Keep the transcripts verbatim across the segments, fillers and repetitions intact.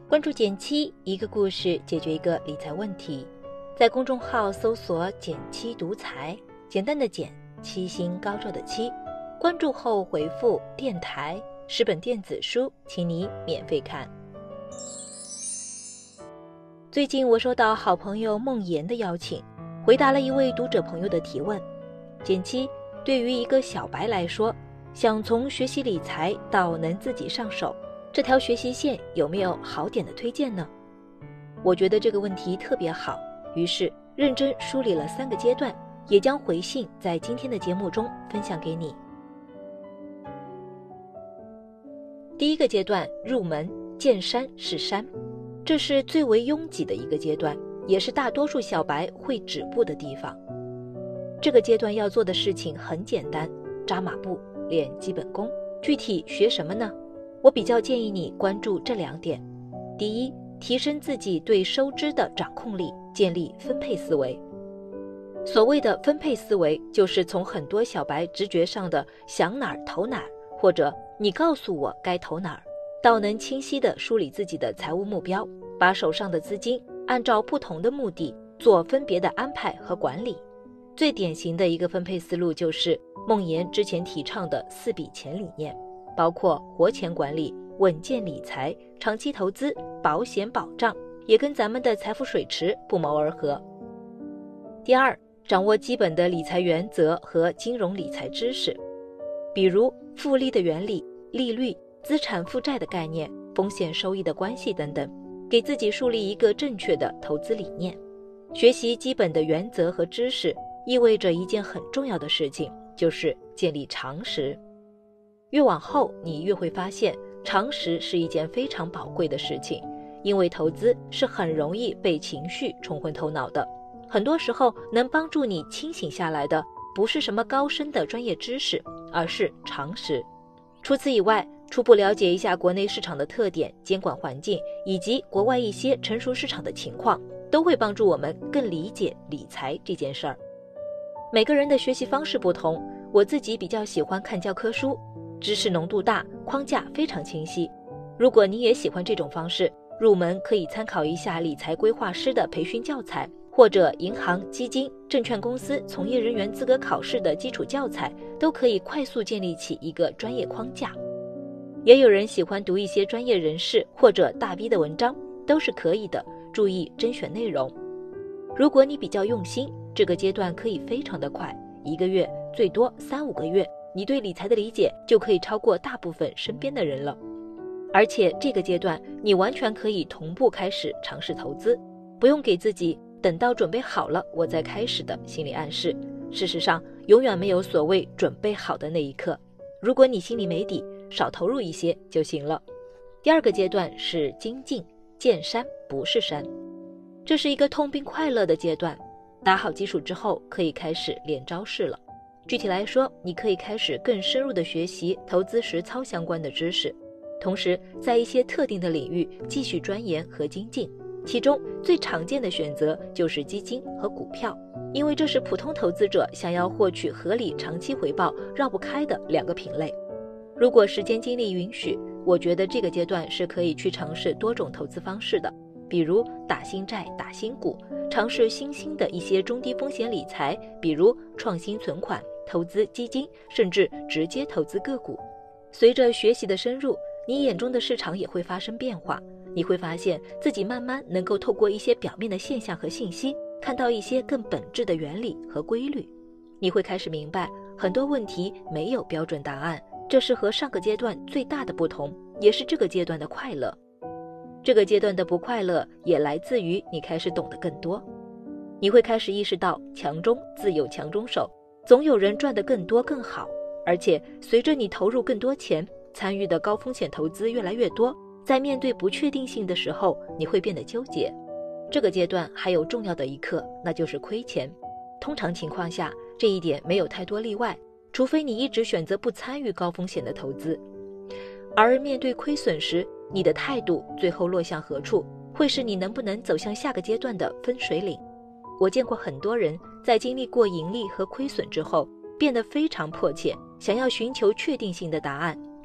关注减七，一个故事解决一个理财问题。在公众号搜索减七独裁，简单的减，七星高照的七。关注后回复电台，十本电子书，请你免费看。最近我收到好朋友梦妍的邀请，回答了一位读者朋友的提问。减七，对于一个小白来说，想从学习理财到能自己上手，这条学习线有没有好点的推荐呢？我觉得这个问题特别好，于是认真梳理了三个阶段，也将回信在今天的节目中分享给你。第一个阶段，入门，见山是山，这是最为拥挤的一个阶段，也是大多数小白会止步的地方。这个阶段要做的事情很简单，扎马步，练基本功。具体学什么呢？我比较建议你关注这两点。第一，提升自己对收支的掌控力，建立分配思维。所谓的分配思维，就是从很多小白直觉上的想哪儿投哪儿，或者你告诉我该投哪儿，到能清晰地梳理自己的财务目标，把手上的资金按照不同的目的做分别的安排和管理。最典型的一个分配思路就是梦妍之前提倡的四笔钱理念，包括活钱管理、稳健理财、长期投资、保险保障，也跟咱们的财富水池不谋而合。第二，掌握基本的理财原则和金融理财知识，比如复利的原理、利率、资产负债的概念、风险收益的关系等等，给自己树立一个正确的投资理念。学习基本的原则和知识，意味着一件很重要的事情，就是建立常识。越往后，你越会发现常识是一件非常宝贵的事情，因为投资是很容易被情绪冲昏头脑的。很多时候能帮助你清醒下来的，不是什么高深的专业知识，而是常识。除此以外，初步了解一下国内市场的特点、监管环境，以及国外一些成熟市场的情况，都会帮助我们更理解理财这件事儿。每个人的学习方式不同，我自己比较喜欢看教科书，知识浓度大，框架非常清晰。如果你也喜欢这种方式，入门可以参考一下理财规划师的培训教材，或者银行、基金、证券公司从业人员资格考试的基础教材，都可以快速建立起一个专业框架。也有人喜欢读一些专业人士或者大 V 的文章，都是可以的，注意甄选内容。如果你比较用心，这个阶段可以非常的快，一个月最多三五个月，你对理财的理解就可以超过大部分身边的人了。而且这个阶段你完全可以同步开始尝试投资，不用给自己等到准备好了我再开始的心理暗示。事实上，永远没有所谓准备好的那一刻。如果你心里没底，少投入一些就行了。第二个阶段是精进，见山不是山。这是一个痛并快乐的阶段，打好基础之后，可以开始练招式了。具体来说，你可以开始更深入的学习投资实操相关的知识，同时在一些特定的领域继续钻研和精进。其中最常见的选择就是基金和股票，因为这是普通投资者想要获取合理长期回报绕不开的两个品类。如果时间精力允许，我觉得这个阶段是可以去尝试多种投资方式的，比如打新债、打新股，尝试新兴的一些中低风险理财，比如创新存款、投资基金，甚至直接投资个股。随着学习的深入，你眼中的市场也会发生变化，你会发现自己慢慢能够透过一些表面的现象和信息，看到一些更本质的原理和规律。你会开始明白，很多问题没有标准答案，这是和上个阶段最大的不同，也是这个阶段的快乐。这个阶段的不快乐也来自于你开始懂得更多。你会开始意识到强中自有强中手，总有人赚得更多更好。而且随着你投入更多钱，参与的高风险投资越来越多，在面对不确定性的时候，你会变得纠结。这个阶段还有重要的一课，那就是亏钱。通常情况下，这一点没有太多例外，除非你一直选择不参与高风险的投资。而面对亏损时，你的态度最后落向何处，会是你能不能走向下个阶段的分水岭。我见过很多人在经历过盈利和亏损之后，变得非常迫切，想要寻求确定性的答案，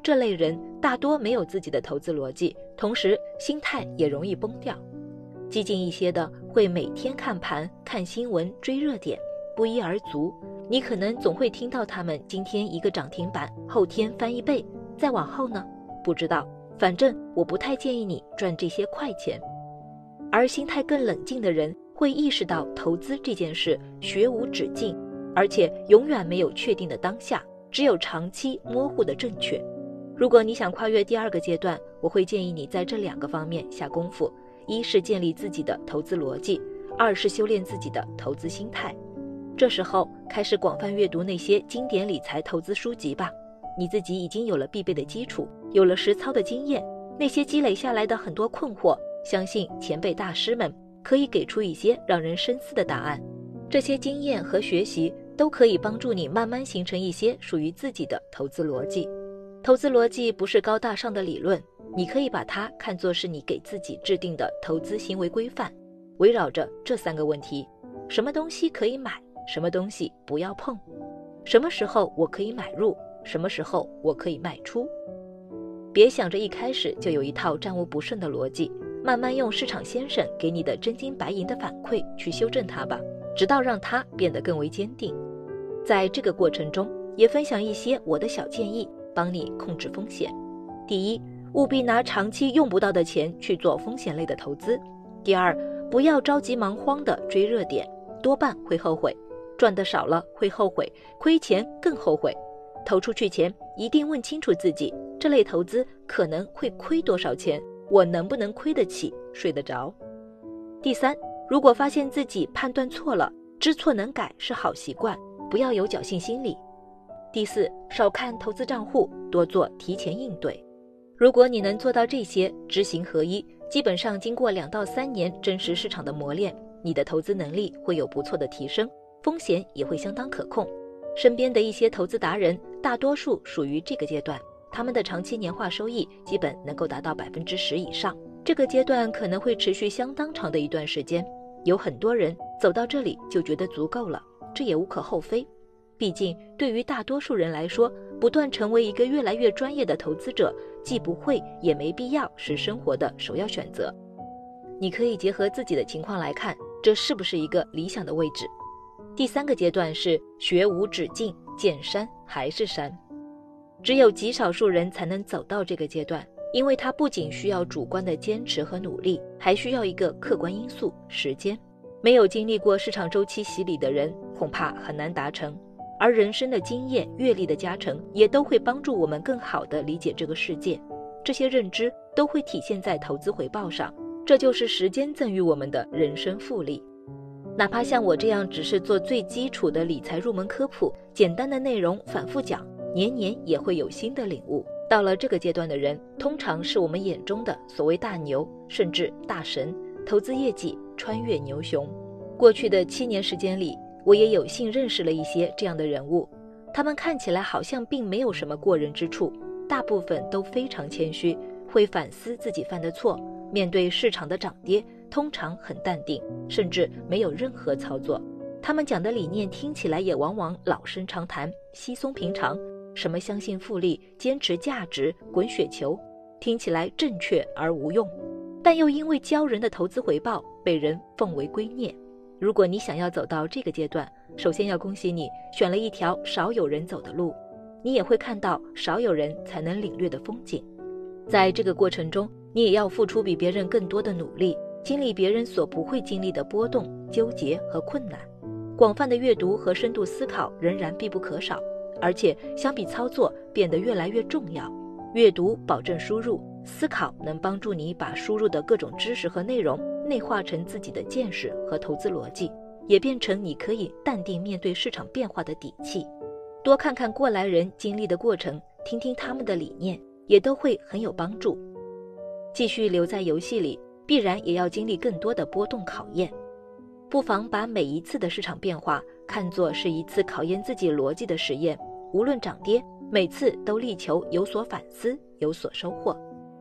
这类人大多没有自己的投资逻辑，同时心态也容易崩掉。激进一些的会每天看盘、看新闻、追热点，不一而足。你可能总会听到他们今天一个涨停板，后天翻一倍，再往后呢？不知道，反正我不太建议你赚这些快钱。而心态更冷静的人会意识到投资这件事学无止境，而且永远没有确定的当下，只有长期模糊的正确。如果你想跨越第二个阶段，我会建议你在这两个方面下功夫：一是建立自己的投资逻辑，二是修炼自己的投资心态。这时候开始广泛阅读那些经典理财投资书籍吧，你自己已经有了必备的基础，有了实操的经验，那些积累下来的很多困惑，相信前辈大师们可以给出一些让人深思的答案。这些经验和学习都可以帮助你慢慢形成一些属于自己的投资逻辑。投资逻辑不是高大上的理论，你可以把它看作是你给自己制定的投资行为规范，围绕着这三个问题：什么东西可以买，什么东西不要碰，什么时候我可以买入，什么时候我可以卖出。别想着一开始就有一套战无不胜的逻辑，慢慢用市场先生给你的真金白银的反馈去修正它吧，直到让它变得更为坚定。在这个过程中，也分享一些我的小建议，帮你控制风险。第一，务必拿长期用不到的钱去做风险类的投资。第二，不要着急忙慌地追热点，多半会后悔，赚得少了会后悔，亏钱更后悔。投出去前一定问清楚自己，这类投资可能会亏多少钱，我能不能亏得起，睡得着。第三，如果发现自己判断错了，知错能改是好习惯，不要有侥幸心理。第四，少看投资账户，多做提前应对。如果你能做到这些，知行合一，基本上经过两到三年真实市场的磨练，你的投资能力会有不错的提升，风险也会相当可控。身边的一些投资达人，大多数属于这个阶段，他们的长期年化收益基本能够达到百分之十以上。这个阶段可能会持续相当长的一段时间，有很多人走到这里就觉得足够了，这也无可厚非。毕竟对于大多数人来说，不断成为一个越来越专业的投资者，既不会也没必要是生活的首要选择。你可以结合自己的情况来看，这是不是一个理想的位置。第三个阶段是学无止境，见山还是山。只有极少数人才能走到这个阶段，因为它不仅需要主观的坚持和努力，还需要一个客观因素，时间。没有经历过市场周期洗礼的人，恐怕很难达成。而人生的经验、阅历的加成，也都会帮助我们更好地理解这个世界。这些认知都会体现在投资回报上，这就是时间赠予我们的人生复利。哪怕像我这样只是做最基础的理财入门科普，简单的内容反复讲，年年也会有新的领悟。到了这个阶段的人，通常是我们眼中的所谓大牛，甚至大神，投资业绩穿越牛熊。过去的七年时间里，我也有幸认识了一些这样的人物，他们看起来好像并没有什么过人之处，大部分都非常谦虚，会反思自己犯的错，面对市场的涨跌通常很淡定，甚至没有任何操作。他们讲的理念听起来也往往老生常谈，稀松平常，什么相信复利、坚持价值、滚雪球，听起来正确而无用，但又因为骄人的投资回报被人奉为圭臬。如果你想要走到这个阶段，首先要恭喜你选了一条少有人走的路，你也会看到少有人才能领略的风景。在这个过程中，你也要付出比别人更多的努力，经历别人所不会经历的波动、纠结和困难。广泛的阅读和深度思考仍然必不可少，而且相比操作变得越来越重要。阅读保证输入，思考能帮助你把输入的各种知识和内容内化成自己的见识和投资逻辑，也变成你可以淡定面对市场变化的底气。多看看过来人经历的过程，听听他们的理念，也都会很有帮助。继续留在游戏里，必然也要经历更多的波动考验。不妨把每一次的市场变化看作是一次考验自己逻辑的实验，无论涨跌，每次都力求有所反思，有所收获。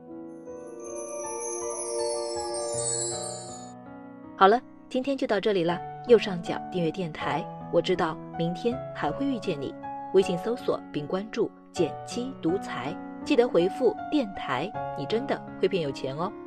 好了，今天就到这里了。右上角订阅电台，我知道明天还会遇见你。微信搜索并关注减七独裁， 记得回复电台，你真的会变有钱哦。